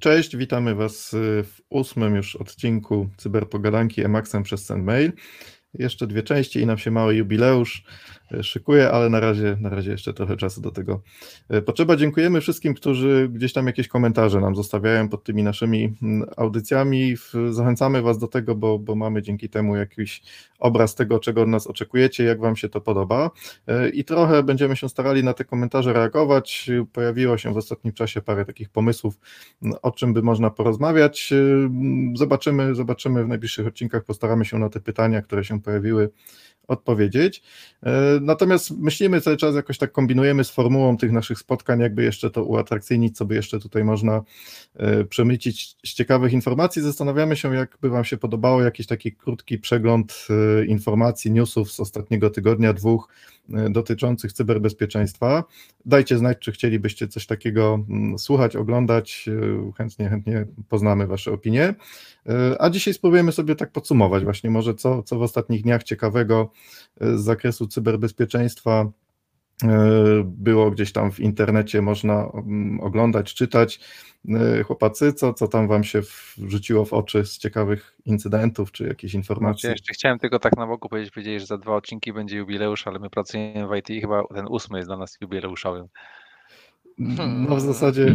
Cześć, witamy Was w 8. już odcinku Cyberpogadanki Emacsem przez SendMail. Jeszcze 2 części i nam się mały jubileusz szykuje, ale na razie jeszcze trochę czasu do tego potrzeba. Dziękujemy wszystkim, którzy gdzieś tam jakieś komentarze nam zostawiają pod tymi naszymi audycjami. Zachęcamy Was do tego, bo mamy dzięki temu jakiś obraz tego, czego od nas oczekujecie, jak Wam się to podoba. I trochę będziemy się starali na te komentarze reagować. Pojawiło się w ostatnim czasie parę takich pomysłów, o czym by można porozmawiać. Zobaczymy w najbliższych odcinkach, postaramy się na te pytania, które się pojawiły, odpowiedzieć. Natomiast myślimy cały czas, jakoś tak kombinujemy z formułą tych naszych spotkań, jakby jeszcze to uatrakcyjnić, co by jeszcze tutaj można przemycić z ciekawych informacji. Zastanawiamy się, jakby Wam się podobało jakiś taki krótki przegląd informacji, newsów z ostatniego tygodnia, 2 dotyczących cyberbezpieczeństwa. Dajcie znać, czy chcielibyście coś takiego słuchać, oglądać. Chętnie poznamy Wasze opinie. A dzisiaj spróbujemy sobie tak podsumować właśnie może co w ostatnich dniach ciekawego z zakresu cyberbezpieczeństwa było gdzieś tam w internecie, można oglądać, czytać. Chłopacy, co tam Wam się rzuciło w oczy z ciekawych incydentów, czy jakichś informacji? Ja jeszcze chciałem tylko tak na boku powiedzieć, że za 2 odcinki będzie jubileusz, ale my pracujemy w IT i chyba ten 8 jest dla nas jubileuszowym. No w zasadzie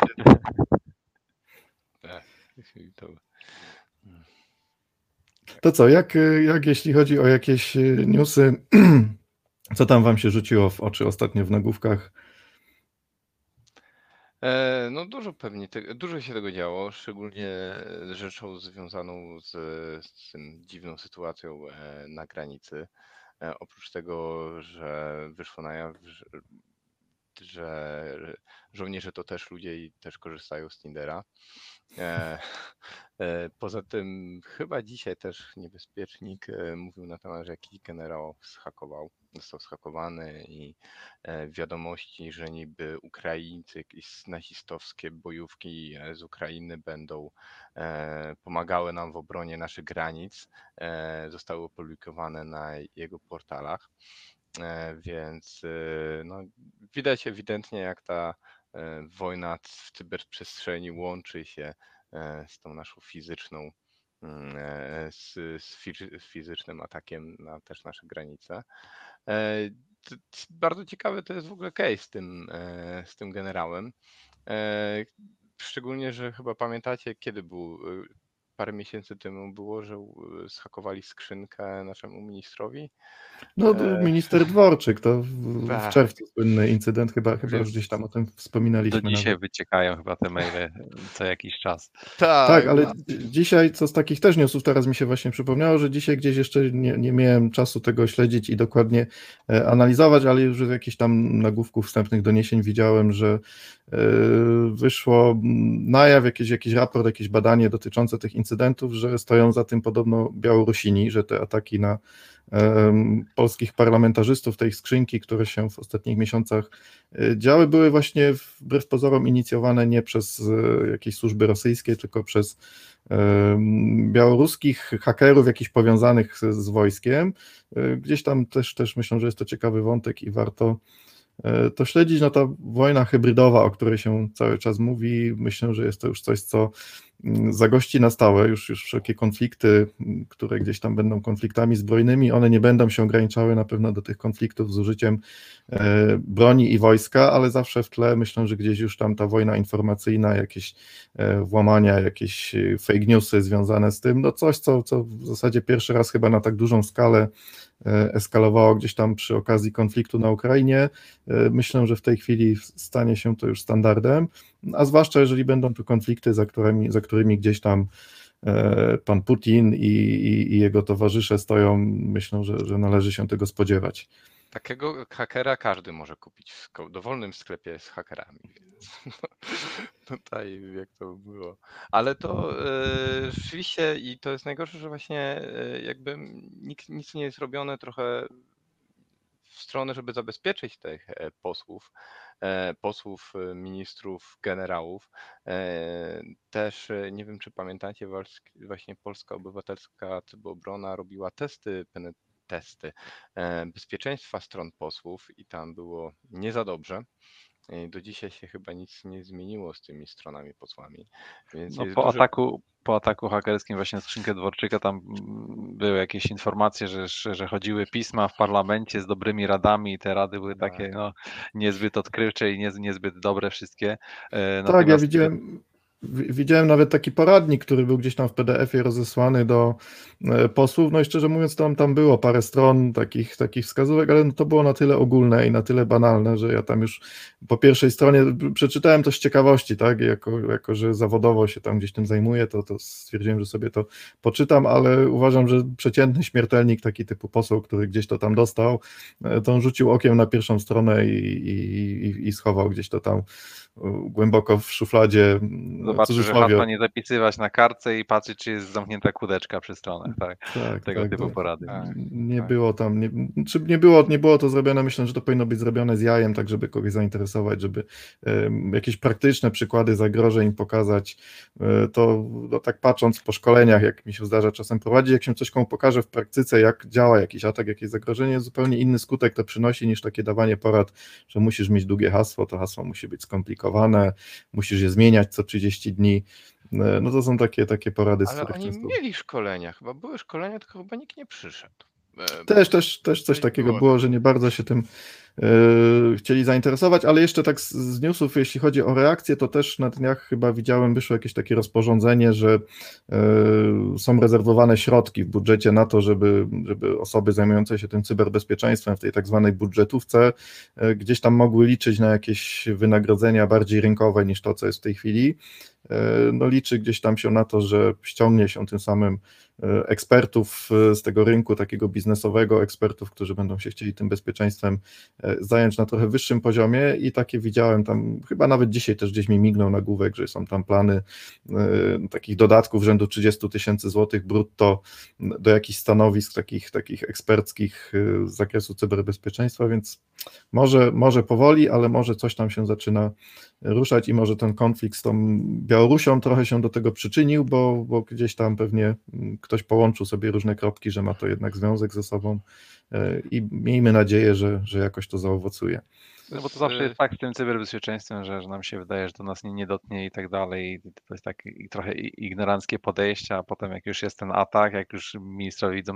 to co, jak jeśli chodzi o jakieś newsy, co tam Wam się rzuciło w oczy ostatnio w nagłówkach? No dużo się tego działo, szczególnie rzeczą związaną z tym dziwną sytuacją na granicy. Oprócz tego, że wyszło na jaw, że żołnierze to też ludzie i też korzystają z Tindera. Poza tym chyba dzisiaj też niebezpiecznik mówił na temat, że jakiś generał został zhakowany i wiadomości, że niby Ukraińcy, jakieś nazistowskie bojówki z Ukrainy będą pomagały nam w obronie naszych granic, zostały opublikowane na jego portalach. Więc no, widać ewidentnie, jak ta wojna w cyberprzestrzeni łączy się z tą naszą fizyczną, z fizycznym atakiem na też nasze granice. Bardzo ciekawy to jest w ogóle case z tym generałem. Szczególnie, że chyba pamiętacie, kiedy był, parę miesięcy temu było, że zhakowali skrzynkę naszemu ministrowi. No, minister Dworczyk, to w Tak, czerwcu słynny incydent, chyba już gdzieś tam o tym Do wspominaliśmy dzisiaj nawet. wyciekają chyba te maile co jakiś czas. Tak, ale no. dzisiaj, co z takich też newsów, teraz mi się właśnie przypomniało, że dzisiaj gdzieś jeszcze nie miałem czasu tego śledzić i dokładnie analizować, ale już z jakichś tam nagłówków wstępnych doniesień widziałem, że wyszło na jaw jakiś raport, jakieś badanie dotyczące tych incydentów, że stoją za tym podobno Białorusini, że te ataki na polskich parlamentarzystów, tej skrzynki, które się w ostatnich miesiącach działy, były właśnie wbrew pozorom inicjowane nie przez jakieś służby rosyjskie, tylko przez białoruskich hakerów jakichś powiązanych z wojskiem. Gdzieś tam też myślę, że jest to ciekawy wątek i warto to śledzić. No ta wojna hybrydowa, o której się cały czas mówi, myślę, że jest to już coś, co zagości na stałe. Już wszelkie konflikty, które gdzieś tam będą konfliktami zbrojnymi, one nie będą się ograniczały na pewno do tych konfliktów z użyciem broni i wojska, ale zawsze w tle myślę, że gdzieś już tam ta wojna informacyjna, jakieś włamania, jakieś fake newsy związane z tym, no coś, co w zasadzie pierwszy raz chyba na tak dużą skalę eskalowało gdzieś tam przy okazji konfliktu na Ukrainie. Myślę, że w tej chwili stanie się to już standardem, a zwłaszcza jeżeli będą tu konflikty, za którymi gdzieś tam pan Putin i jego towarzysze stoją, myślę, że należy się tego spodziewać. Takiego hakera każdy może kupić w dowolnym sklepie z hakerami. Tutaj jak to było. Ale to rzeczywiście i to jest najgorsze, że właśnie jakby nic nie jest robione trochę w stronę, żeby zabezpieczyć tych posłów, ministrów, generałów. Też nie wiem, czy pamiętacie, właśnie Polska Obywatelska Cyboobrona robiła testy bezpieczeństwa stron posłów i tam było nie za dobrze. Do dzisiaj się chyba nic nie zmieniło z tymi stronami posłami, więc No, jest po duże. ataku hakerskim właśnie na skrzynkę Dworczyka tam były jakieś informacje, że chodziły pisma w parlamencie z dobrymi radami i te rady były takie Tak. no, niezbyt odkrywcze i niezbyt dobre wszystkie. Tak, ja Natomiast widziałem nawet taki poradnik, który był gdzieś tam w PDF-ie rozesłany do posłów, no i szczerze mówiąc tam było parę stron takich wskazówek, ale no to było na tyle ogólne i na tyle banalne, że ja tam już po pierwszej stronie przeczytałem to z ciekawości, tak, jako że zawodowo się tam gdzieś tym zajmuję, to stwierdziłem, że sobie to poczytam, ale uważam, że przeciętny śmiertelnik, taki typu poseł, który gdzieś to tam dostał, to on rzucił okiem na pierwszą stronę i schował gdzieś to tam głęboko w szufladzie, zobaczył, że cudzysłowie. hasła nie zapisywać na kartce i patrzeć, czy jest zamknięta kółeczka przy stronach, tak? Tak, Tego typu tak. porady. Nie tak. było tam, nie było to zrobione, myślę, że to powinno być zrobione z jajem, tak żeby kogoś zainteresować, żeby jakieś praktyczne przykłady zagrożeń pokazać. To tak patrząc po szkoleniach, jak mi się zdarza czasem prowadzić, jak się coś komu pokaże w praktyce, jak działa jakiś atak, jakieś zagrożenie, zupełnie inny skutek to przynosi niż takie dawanie porad, że musisz mieć długie hasło, to hasło musi być skomplikowane, musisz je zmieniać co 30 dni. No to są takie porady, z Ale których oni często... mieli szkolenia, chyba były szkolenia, tylko chyba nikt nie przyszedł. Też coś Coś takiego było. było, że nie bardzo się tym chcieli zainteresować, ale jeszcze tak z newsów, jeśli chodzi o reakcję, to też na dniach chyba widziałem, wyszło jakieś takie rozporządzenie, że są rezerwowane środki w budżecie na to, żeby osoby zajmujące się tym cyberbezpieczeństwem w tej tak zwanej budżetówce gdzieś tam mogły liczyć na jakieś wynagrodzenia bardziej rynkowe niż to, co jest w tej chwili. No liczy gdzieś tam się na to, że ściągnie się tym samym ekspertów z tego rynku takiego biznesowego, ekspertów, którzy będą się chcieli tym bezpieczeństwem zająć na trochę wyższym poziomie i takie widziałem tam, chyba nawet dzisiaj też gdzieś mi mignął nagłówek, że są tam plany takich dodatków rzędu 30 000 złotych brutto do jakichś stanowisk takich eksperckich z zakresu cyberbezpieczeństwa, więc może powoli, ale może coś tam się zaczyna ruszać i może ten konflikt z tą Białorusią trochę się do tego przyczynił, bo gdzieś tam pewnie ktoś połączył sobie różne kropki, że ma to jednak związek ze sobą i miejmy nadzieję, że jakoś to zaowocuje. No bo to zawsze jest tak z tym cyberbezpieczeństwem, że nam się wydaje, że to nas nie dotknie i tak dalej. I to jest takie trochę ignoranckie podejście, a potem jak już jest ten atak, jak już ministrowie widzą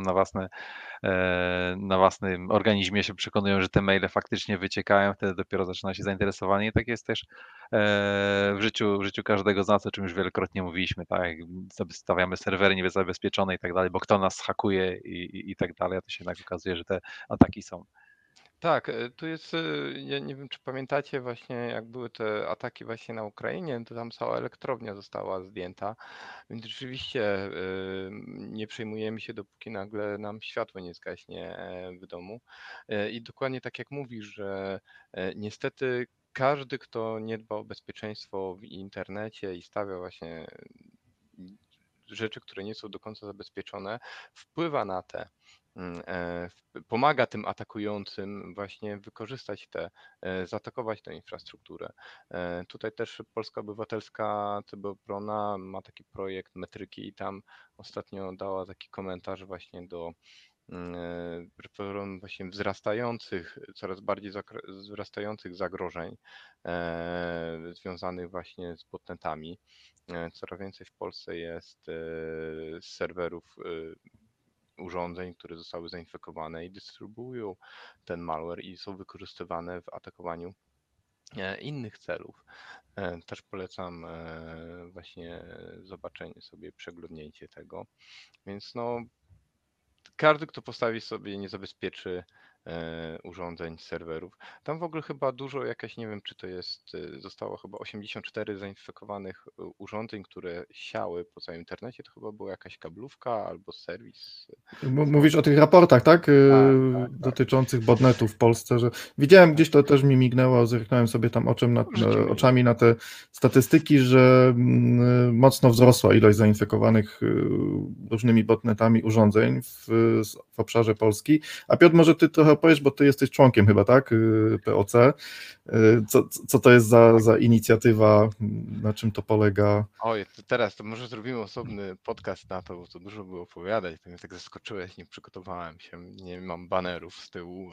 na własnym organizmie się przekonują, że te maile faktycznie wyciekają, wtedy dopiero zaczyna się zainteresowanie. I tak jest też w życiu każdego z nas, o czym już wielokrotnie mówiliśmy, tak, jak stawiamy serwery niezabezpieczone i tak dalej, bo kto nas hakuje i tak dalej, a to się jednak okazuje, że te ataki są. Tak, tu jest, ja nie wiem, czy pamiętacie właśnie, jak były te ataki właśnie na Ukrainie, to tam cała elektrownia została zdjęta, więc rzeczywiście nie przejmujemy się, dopóki nagle nam światło nie zgaśnie w domu. I dokładnie tak jak mówisz, że niestety każdy, kto nie dba o bezpieczeństwo w internecie i stawia właśnie rzeczy, które nie są do końca zabezpieczone, wpływa na te, pomaga tym atakującym właśnie wykorzystać zaatakować tę infrastrukturę. Tutaj też Polska Obywatelska Cyberobrona ma taki projekt metryki i tam ostatnio dała taki komentarz właśnie do właśnie coraz bardziej wzrastających zagrożeń związanych właśnie z botnetami. Coraz więcej w Polsce jest serwerów, urządzeń, które zostały zainfekowane i dystrybuują ten malware i są wykorzystywane w atakowaniu innych celów. Też polecam właśnie zobaczenie sobie, przeglądnięcie tego. Więc no, każdy, kto postawi sobie, nie zabezpieczy urządzeń, serwerów. Tam w ogóle chyba dużo jakaś, nie wiem czy to jest, zostało chyba 84 zainfekowanych urządzeń, które siały po całym internecie. To chyba była jakaś kablówka albo serwis. Mówisz o tych raportach, tak? Tak. Dotyczących botnetów w Polsce, że widziałem gdzieś, to też mi mignęło, zerknąłem sobie tam oczami na te statystyki, że mocno wzrosła ilość zainfekowanych różnymi botnetami urządzeń w obszarze Polski. A Piotr, może ty trochę opowiesz, bo ty jesteś członkiem chyba, tak? POC. Co to jest za inicjatywa, na czym to polega? Oj, to teraz to może zrobimy osobny podcast na to, bo to dużo było opowiadać. To mnie tak zaskoczyłeś, nie przygotowałem się, nie mam banerów z tyłu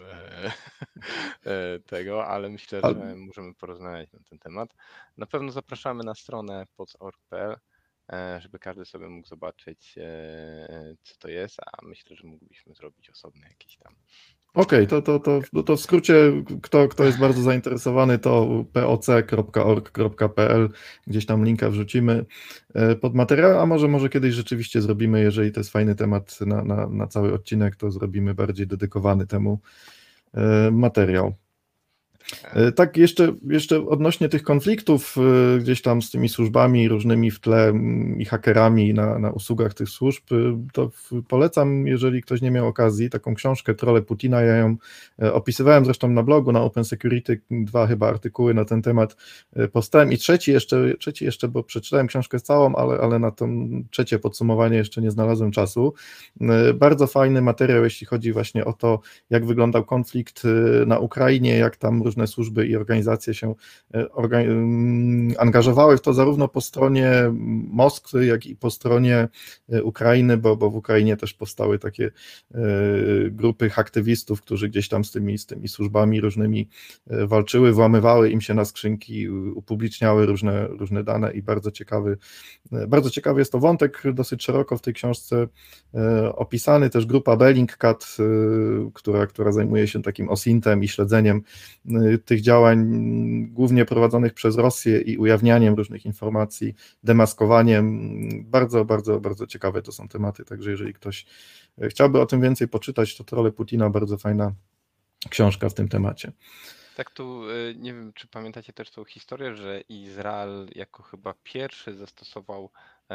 tego, ale myślę, że możemy porozmawiać na ten temat. Na pewno zapraszamy na stronę poc.org.pl, żeby każdy sobie mógł zobaczyć, co to jest, a myślę, że moglibyśmy zrobić osobny jakiś tam. Okej, to w skrócie, kto jest bardzo zainteresowany, to poc.org.pl, gdzieś tam linka wrzucimy pod materiał, a może kiedyś rzeczywiście zrobimy, jeżeli to jest fajny temat na cały odcinek, to zrobimy bardziej dedykowany temu materiał. Tak, jeszcze odnośnie tych konfliktów gdzieś tam z tymi służbami różnymi w tle i hakerami na usługach tych służb, to polecam, jeżeli ktoś nie miał okazji, taką książkę Trolle Putina, ja ją opisywałem zresztą na blogu, na Open Security, 2 chyba artykuły na ten temat powstałem i trzeci jeszcze, bo przeczytałem książkę całą, ale na to trzecie podsumowanie jeszcze nie znalazłem czasu. Bardzo fajny materiał, jeśli chodzi właśnie o to, jak wyglądał konflikt na Ukrainie, jak tam różne służby i organizacje się angażowały w to zarówno po stronie Moskwy, jak i po stronie Ukrainy, bo w Ukrainie też powstały takie grupy aktywistów, którzy gdzieś tam z tymi służbami różnymi walczyły, włamywały im się na skrzynki, upubliczniały różne dane i bardzo ciekawy jest to wątek, dosyć szeroko w tej książce opisany, też grupa Bellingcat, która zajmuje się takim OSINT-em i śledzeniem tych działań, głównie prowadzonych przez Rosję i ujawnianiem różnych informacji, demaskowaniem. Bardzo, bardzo, bardzo ciekawe to są tematy, także jeżeli ktoś chciałby o tym więcej poczytać, to Trolle Putina, bardzo fajna książka w tym temacie. Tak, tu nie wiem, czy pamiętacie też tą historię, że Izrael jako chyba pierwszy zastosował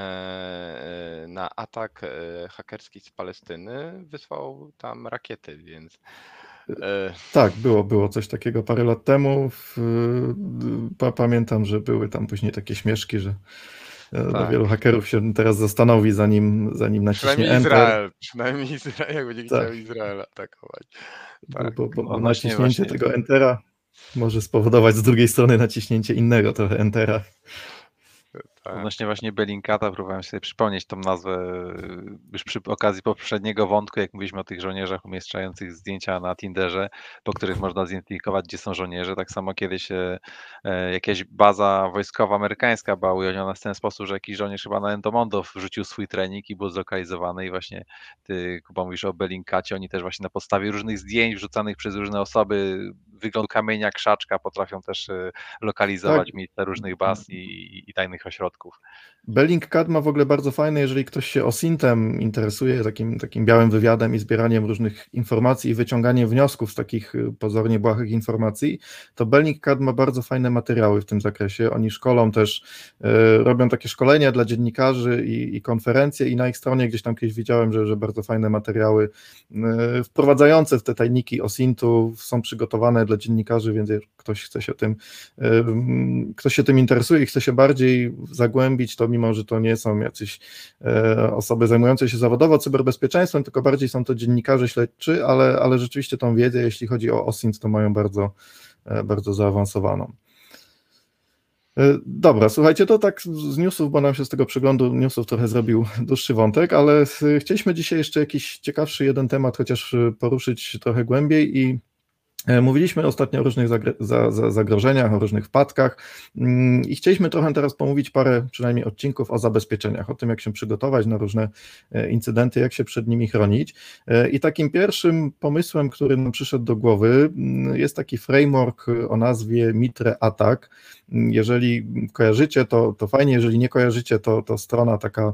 na atak hakerski z Palestyny, wysłał tam rakiety, więc... Tak, było coś takiego parę lat temu. Pamiętam, że były tam później takie śmieszki, że Tak. wielu hakerów się teraz zastanowi, zanim naciśnie Enter. Przynajmniej Izrael, jak będzie chciał Izrael atakować. Tak. Bo naciśnięcie tego Entera może spowodować z drugiej strony naciśnięcie innego trochę Entera. Odnośnie właśnie Bellingcata próbowałem sobie przypomnieć tą nazwę już przy okazji poprzedniego wątku, jak mówiliśmy o tych żołnierzach umieszczających zdjęcia na Tinderze, po których można zidentyfikować, gdzie są żołnierze. Tak samo kiedyś jakaś baza wojskowa amerykańska była ujawniona w ten sposób, że jakiś żołnierz chyba na Endomondo wrzucił swój trening i był zlokalizowany i właśnie ty, Kuba, mówisz o Bellingcacie, oni też właśnie na podstawie różnych zdjęć wrzucanych przez różne osoby, wygląd kamienia, krzaczka potrafią też lokalizować miejsca różnych baz i tajnych ośrodków. Bellingcat ma w ogóle bardzo fajne, jeżeli ktoś się OSINT-em interesuje, takim białym wywiadem i zbieraniem różnych informacji i wyciąganiem wniosków z takich pozornie błahych informacji, to Bellingcat ma bardzo fajne materiały w tym zakresie. Oni szkolą też, robią takie szkolenia dla dziennikarzy i konferencje i na ich stronie gdzieś tam kiedyś widziałem, że bardzo fajne materiały wprowadzające w te tajniki OSINT-u są przygotowane dla dziennikarzy, więc jak ktoś się tym interesuje i chce się bardziej zagłębić, to mimo, że to nie są jacyś osoby zajmujące się zawodowo cyberbezpieczeństwem, tylko bardziej są to dziennikarze śledczy, ale rzeczywiście tą wiedzę, jeśli chodzi o OSINT, to mają bardzo, bardzo zaawansowaną. Dobra, słuchajcie, to tak z newsów, bo nam się z tego przeglądu newsów trochę zrobił dłuższy wątek, ale chcieliśmy dzisiaj jeszcze jakiś ciekawszy jeden temat chociaż poruszyć trochę głębiej i mówiliśmy ostatnio o różnych zagrożeniach, o różnych wpadkach i chcieliśmy trochę teraz pomówić parę przynajmniej odcinków o zabezpieczeniach, o tym, jak się przygotować na różne incydenty, jak się przed nimi chronić. I takim pierwszym pomysłem, który nam przyszedł do głowy, jest taki framework o nazwie Mitre Attack. Jeżeli kojarzycie, to fajnie, jeżeli nie kojarzycie, to strona taka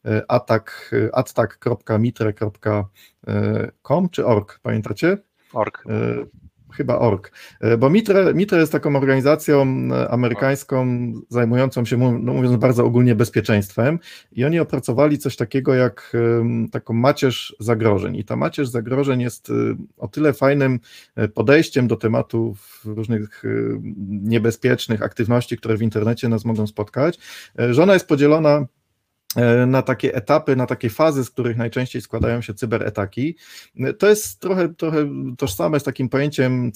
attack.mitre.com czy org, pamiętacie? Org. Chyba org, bo Mitre jest taką organizacją amerykańską zajmującą się, no mówiąc bardzo ogólnie, bezpieczeństwem i oni opracowali coś takiego jak taką macierz zagrożeń i ta macierz zagrożeń jest o tyle fajnym podejściem do tematów różnych niebezpiecznych aktywności, które w internecie nas mogą spotkać, że ona jest podzielona na takie etapy, na takie fazy, z których najczęściej składają się cyberataki. To jest trochę tożsame z takim pojęciem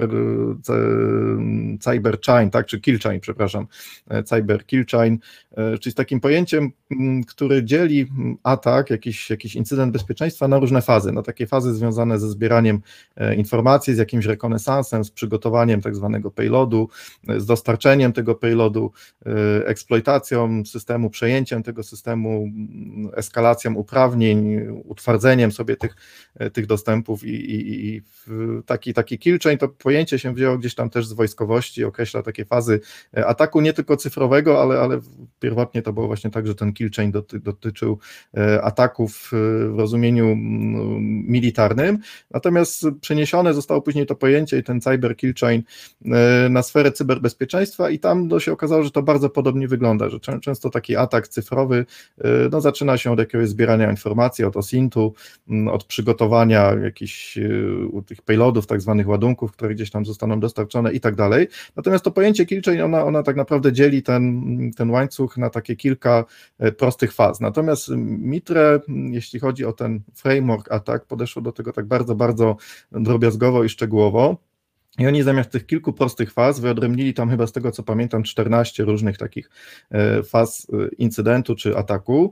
cyber chain, tak, czy kill chain, przepraszam, cyber kill chain, czyli z takim pojęciem, który dzieli atak, jakiś incydent bezpieczeństwa na różne fazy, na takie fazy związane ze zbieraniem informacji, z jakimś rekonesansem, z przygotowaniem tak zwanego payloadu, z dostarczeniem tego payloadu, eksploitacją systemu, przejęciem tego systemu, eskalacją uprawnień, utwardzeniem sobie tych dostępów i taki kill chain, to pojęcie się wzięło gdzieś tam też z wojskowości, określa takie fazy ataku nie tylko cyfrowego, ale pierwotnie to było właśnie tak, że ten kill chain dotyczył ataków w rozumieniu militarnym, natomiast przeniesione zostało później to pojęcie i ten cyber kill chain na sferę cyberbezpieczeństwa i tam się okazało, że to bardzo podobnie wygląda, że często taki atak cyfrowy no, zaczyna się od jakiegoś zbierania informacji, od OSINT-u, od przygotowania jakichś tych payloadów, tak zwanych ładunków, które gdzieś tam zostaną dostarczone i tak dalej. Natomiast to pojęcie kill chain, ona tak naprawdę dzieli ten łańcuch na takie kilka prostych faz. Natomiast Mitre, jeśli chodzi o ten framework atak, podeszło do tego tak bardzo, bardzo drobiazgowo i szczegółowo. I oni zamiast tych kilku prostych faz wyodrębnili tam chyba z tego co pamiętam 14 różnych takich faz incydentu czy ataku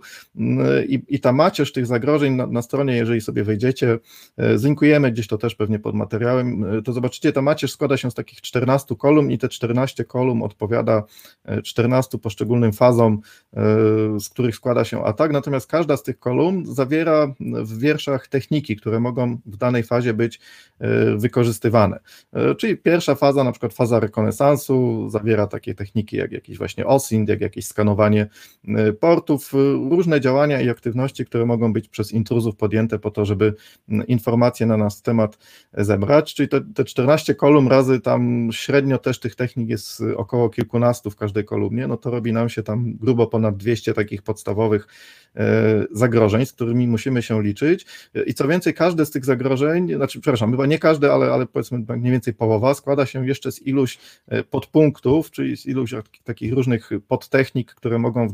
i ta macierz tych zagrożeń na stronie, jeżeli sobie wejdziecie, zlinkujemy gdzieś to też pewnie pod materiałem, to zobaczycie, ta macierz składa się z takich 14 kolumn i te 14 kolumn odpowiada 14 poszczególnym fazom, z których składa się atak, natomiast każda z tych kolumn zawiera w wierszach techniki, które mogą w danej fazie być wykorzystywane. Czyli pierwsza faza, na przykład faza rekonesansu, zawiera takie techniki jak jakiś właśnie OSINT, jak jakieś skanowanie portów, różne działania i aktywności, które mogą być przez intruzów podjęte po to, żeby informacje na nasz temat zebrać, czyli te 14 kolumn razy tam średnio też tych technik jest około kilkunastu w każdej kolumnie, no to robi nam się tam grubo ponad 200 takich podstawowych zagrożeń, z którymi musimy się liczyć i co więcej, każde z tych zagrożeń, znaczy przepraszam, chyba nie każde, ale powiedzmy mniej więcej połowa, składa się jeszcze z iluś podpunktów, czyli z iluś takich różnych podtechnik, które mogą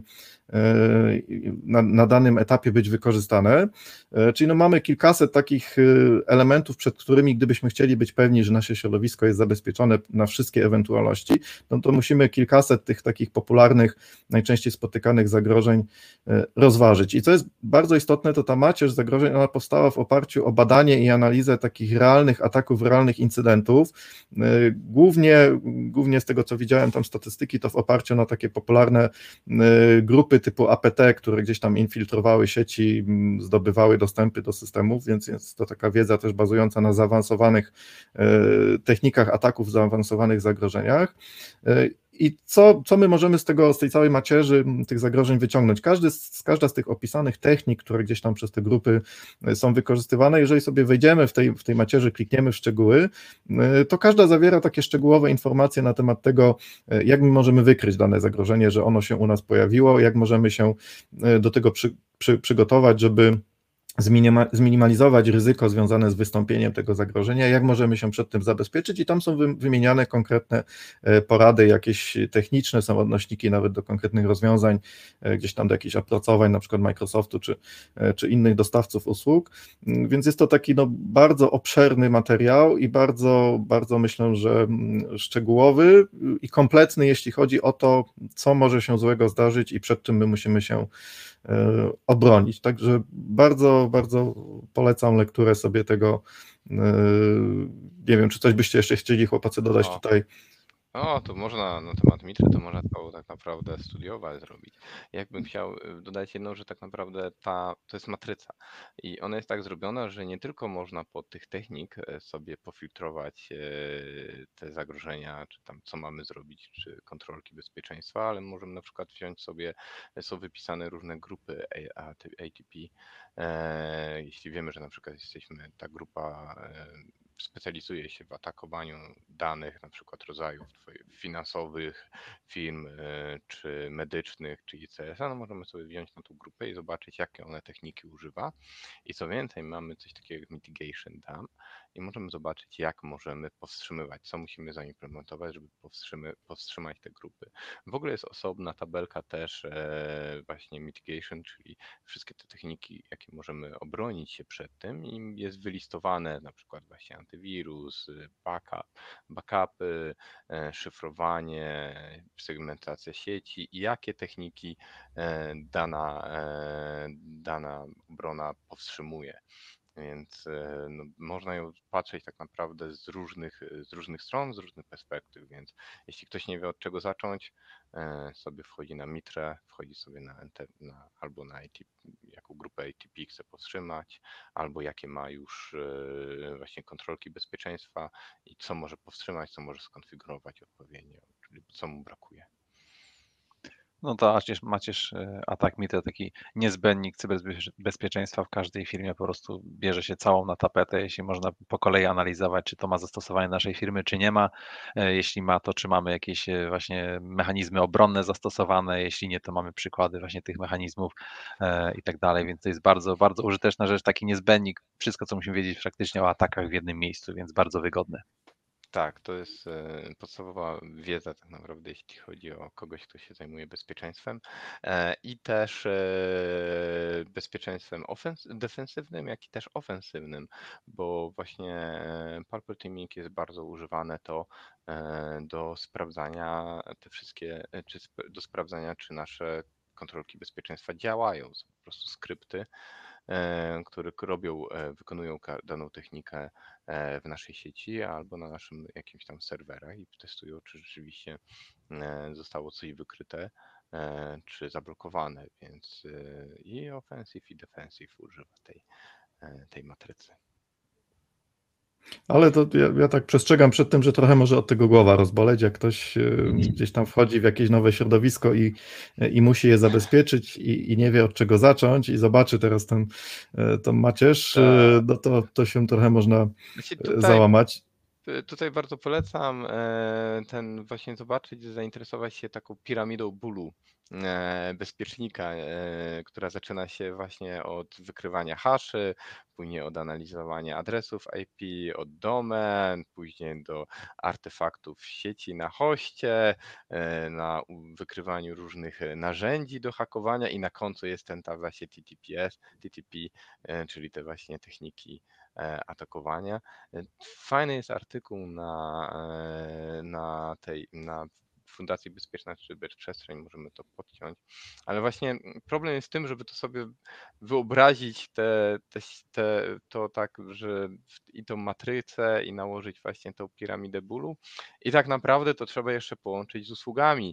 na danym etapie być wykorzystane, czyli no mamy kilkaset takich elementów, przed którymi gdybyśmy chcieli być pewni, że nasze środowisko jest zabezpieczone na wszystkie ewentualności, no to musimy kilkaset tych takich popularnych, najczęściej spotykanych zagrożeń rozważyć. I co jest bardzo istotne, to ta macierz zagrożeń, ona powstała w oparciu o badanie i analizę takich realnych ataków, realnych incydentów. Głównie z tego, co widziałem tam statystyki, to w oparciu na takie popularne grupy typu APT, które gdzieś tam infiltrowały sieci, zdobywały dostępy do systemów, więc jest to taka wiedza też bazująca na zaawansowanych technikach ataków, zaawansowanych zagrożeniach. I co my możemy z tej całej macierzy tych zagrożeń wyciągnąć? Każda z tych opisanych technik, które gdzieś tam przez te grupy są wykorzystywane, jeżeli sobie wejdziemy w tej macierzy, klikniemy w szczegóły, to każda zawiera takie szczegółowe informacje na temat tego, jak my możemy wykryć dane zagrożenie, że ono się u nas pojawiło, jak możemy się do tego przygotować, żeby zminimalizować ryzyko związane z wystąpieniem tego zagrożenia, jak możemy się przed tym zabezpieczyć i tam są wymieniane konkretne porady, jakieś techniczne, są odnośniki nawet do konkretnych rozwiązań, gdzieś tam do jakichś opracowań, na przykład Microsoftu czy innych dostawców usług, więc jest to taki bardzo obszerny materiał i bardzo, bardzo myślę, że szczegółowy i kompletny, jeśli chodzi o to, co może się złego zdarzyć i przed czym my musimy się obronić. Także bardzo, bardzo polecam lekturę sobie tego. Nie wiem, czy coś byście jeszcze chcieli, chłopacy, dodać tutaj. O, to można na temat Mitry, to można to tak naprawdę studiować, zrobić. Jakbym chciał dodać jedną, że tak naprawdę to jest matryca i ona jest tak zrobiona, że nie tylko można pod tych technik sobie pofiltrować te zagrożenia, czy tam co mamy zrobić, czy kontrolki bezpieczeństwa, ale możemy na przykład wziąć sobie, są wypisane różne grupy ATP, jeśli wiemy, że na przykład ta grupa specjalizuje się w atakowaniu danych, na przykład rodzajów finansowych, firm czy medycznych, czy ICS-a, no możemy sobie wziąć na tą grupę i zobaczyć, jakie one techniki używa. I co więcej, mamy coś takiego jak mitigation dam i możemy zobaczyć, jak możemy powstrzymywać, co musimy zaimplementować, żeby powstrzymać te grupy. W ogóle jest osobna tabelka też właśnie mitigation, czyli wszystkie te techniki, jakie możemy obronić się przed tym i jest wylistowane na przykład właśnie antywirus, backupy, szyfrowanie, segmentacja sieci i jakie techniki dana obrona powstrzymuje. Więc no, można ją patrzeć tak naprawdę z różnych stron, z różnych perspektyw, więc jeśli ktoś nie wie od czego zacząć, sobie wchodzi na Mitre, wchodzi sobie albo na jaką grupę ATP chce powstrzymać, albo jakie ma już właśnie kontrolki bezpieczeństwa i co może powstrzymać, co może skonfigurować odpowiednio, czyli co mu brakuje. No to Macierz Attack Meter, taki niezbędnik cyberbezpieczeństwa w każdej firmie, po prostu bierze się całą na tapetę, jeśli można po kolei analizować, czy to ma zastosowanie naszej firmy, czy nie ma. Jeśli ma, to czy mamy jakieś właśnie mechanizmy obronne zastosowane, jeśli nie, to mamy przykłady właśnie tych mechanizmów i tak dalej, więc to jest bardzo, bardzo użyteczna rzecz, taki niezbędnik, wszystko co musimy wiedzieć praktycznie o atakach w jednym miejscu, więc bardzo wygodne. Tak, to jest podstawowa wiedza tak naprawdę, jeśli chodzi o kogoś, kto się zajmuje bezpieczeństwem i też bezpieczeństwem defensywnym, jak i też ofensywnym, bo właśnie purple teaming jest bardzo używane to do sprawdzania te wszystkie, do sprawdzania, czy nasze kontrolki bezpieczeństwa działają. Są po prostu skrypty, które wykonują daną technikę w naszej sieci albo na naszym jakimś tam serwerach i testują, czy rzeczywiście zostało coś wykryte, czy zablokowane, więc i offensive i defensive używa tej matrycy. Ale to ja tak przestrzegam przed tym, że trochę może od tego głowa rozboleć, jak ktoś gdzieś tam wchodzi w jakieś nowe środowisko i musi je zabezpieczyć i nie wie od czego zacząć i zobaczy teraz tą macierz, no to się trochę można załamać. Tutaj bardzo polecam właśnie zobaczyć, zainteresować się taką piramidą bólu bezpiecznika, która zaczyna się właśnie od wykrywania haszy, później od analizowania adresów IP, od domen, później do artefaktów w sieci na hoście, na wykrywaniu różnych narzędzi do hakowania i na końcu jest ta właśnie TTP, czyli te właśnie techniki atakowania. Fajny jest artykuł na Fundacji Bezpieczna Cyberprzestrzeń, możemy to podciąć, ale właśnie problem jest w tym, żeby to sobie wyobrazić to tak, że i tą matrycę i nałożyć właśnie tą piramidę bólu i tak naprawdę to trzeba jeszcze połączyć z usługami,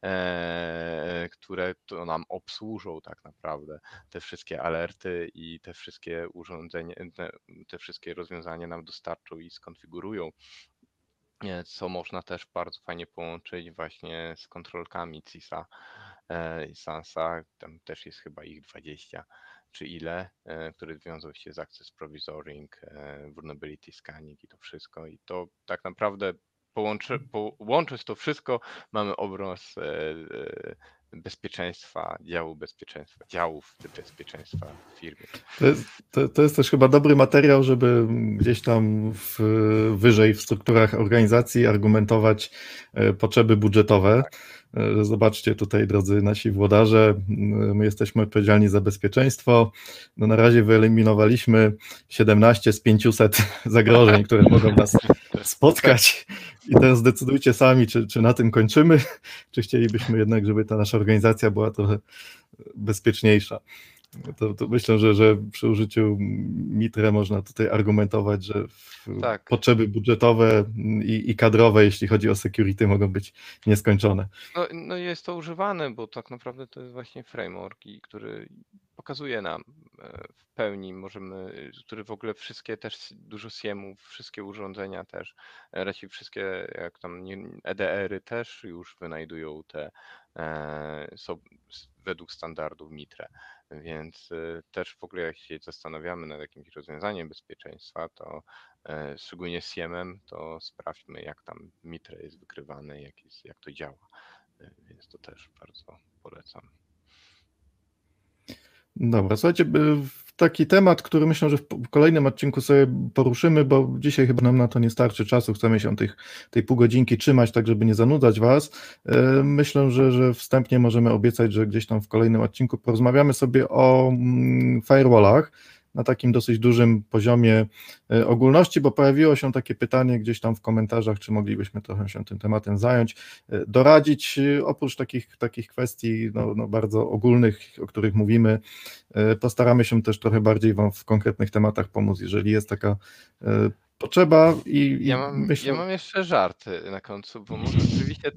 które to nam obsłużą tak naprawdę te wszystkie alerty i te wszystkie urządzenia, te wszystkie rozwiązania nam dostarczą i skonfigurują, co można też bardzo fajnie połączyć właśnie z kontrolkami CISA i SANSA, tam też jest chyba ich 20 czy ile, które wiążą się z Access Provisioning, Vulnerability Scanning i to wszystko i to tak naprawdę łącząc to wszystko mamy obraz bezpieczeństwa, działów bezpieczeństwa w firmie. To jest też chyba dobry materiał, żeby gdzieś tam wyżej w strukturach organizacji argumentować potrzeby budżetowe. Zobaczcie tutaj, drodzy nasi włodarze, my jesteśmy odpowiedzialni za bezpieczeństwo. No na razie wyeliminowaliśmy 17 z 500 zagrożeń, które mogą nas spotkać i teraz zdecydujcie sami, czy na tym kończymy, czy chcielibyśmy jednak, żeby ta nasza organizacja była trochę bezpieczniejsza. To myślę, że przy użyciu Mitre można tutaj argumentować, że Tak. Potrzeby budżetowe i kadrowe, jeśli chodzi o security, mogą być nieskończone. No jest to używane, bo tak naprawdę to jest właśnie framework, który pokazuje nam w pełni, który w ogóle wszystkie też dużo SIEM-ów, wszystkie urządzenia też, raczej wszystkie jak tam EDR-y też już wynajdują są według standardów Mitre. Więc też w ogóle jak się zastanawiamy nad jakimś rozwiązaniem bezpieczeństwa, to szczególnie z SIEM-em, to sprawdźmy, jak tam Mitre jest wykrywane, jak to działa. Więc to też bardzo polecam. Dobra, słuchajcie, taki temat, który myślę, że w kolejnym odcinku sobie poruszymy, bo dzisiaj chyba nam na to nie starczy czasu, chcemy się tej pół godzinki trzymać, tak żeby nie zanudzać Was. Myślę, że wstępnie możemy obiecać, że gdzieś tam w kolejnym odcinku porozmawiamy sobie o firewallach na takim dosyć dużym poziomie ogólności, bo pojawiło się takie pytanie gdzieś tam w komentarzach, czy moglibyśmy trochę się tym tematem zająć, doradzić, oprócz takich kwestii no bardzo ogólnych, o których mówimy, postaramy się też trochę bardziej Wam w konkretnych tematach pomóc, jeżeli jest taka potrzeba Ja mam jeszcze żarty na końcu, bo może rzeczywiście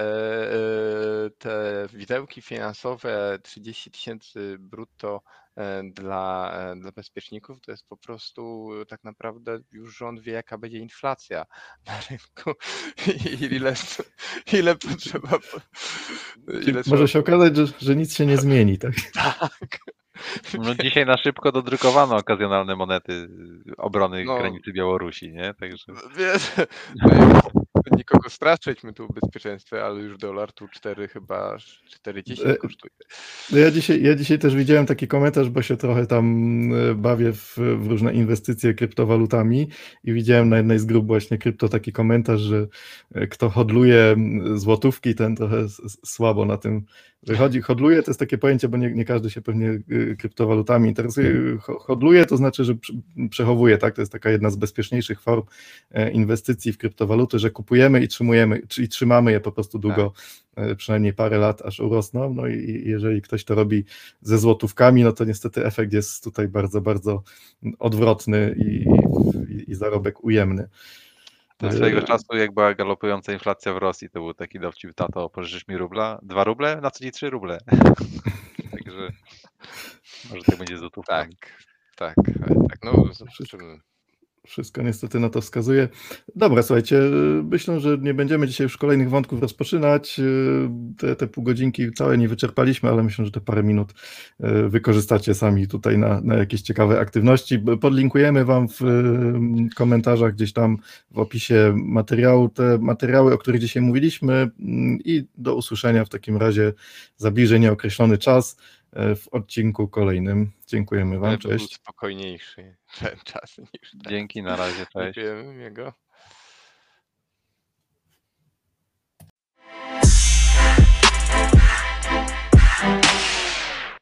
te widełki finansowe 30 000 brutto dla bezpieczników to jest po prostu tak naprawdę już rząd wie, jaka będzie inflacja na rynku i ile potrzeba. Może się okazać, że nic się nie zmieni, tak? Tak. No dzisiaj na szybko dodrukowano okazjonalne monety obrony No. granicy Białorusi, nie? Także Wiesz, no nikogo straszyć my tu w bezpieczeństwie, ale już dolar tu 4 chyba 4,10 kosztuje. No ja dzisiaj też widziałem taki komentarz, bo się trochę tam bawię w różne inwestycje kryptowalutami i widziałem na jednej z grup właśnie krypto taki komentarz, że kto hodluje złotówki, ten trochę słabo na tym wychodzi. Hodluje to jest takie pojęcie, bo nie każdy się pewnie kryptowalutami interesuje. Hodluje to znaczy, że przechowuje, tak? To jest taka jedna z bezpieczniejszych form inwestycji w kryptowaluty, że kupujemy i trzymamy je po prostu długo, przynajmniej parę lat, aż urosną. No i jeżeli ktoś to robi ze złotówkami, no to niestety efekt jest tutaj bardzo, bardzo odwrotny i zarobek ujemny. swojego czasu, jak była galopująca inflacja w Rosji, to był taki dowcip: tato, pożyczysz mi rubla? 2 ruble? Na co ci 3 ruble? Także może tak będzie z złotówkami. Tak. No zobaczymy. Wszystko niestety na to wskazuje. Dobra, słuchajcie, myślę, że nie będziemy dzisiaj już kolejnych wątków rozpoczynać. Te pół godzinki całe nie wyczerpaliśmy, ale myślę, że te parę minut wykorzystacie sami tutaj na jakieś ciekawe aktywności. Podlinkujemy Wam w komentarzach gdzieś tam w opisie materiału, te materiały, o których dzisiaj mówiliśmy, i do usłyszenia w takim razie za bliżej nieokreślony czas w odcinku kolejnym. Dziękujemy Wam, Ale był cześć. spokojniejszy ten czas niż ten. Dzięki, na razie, cześć. Dziękujemy, miłego.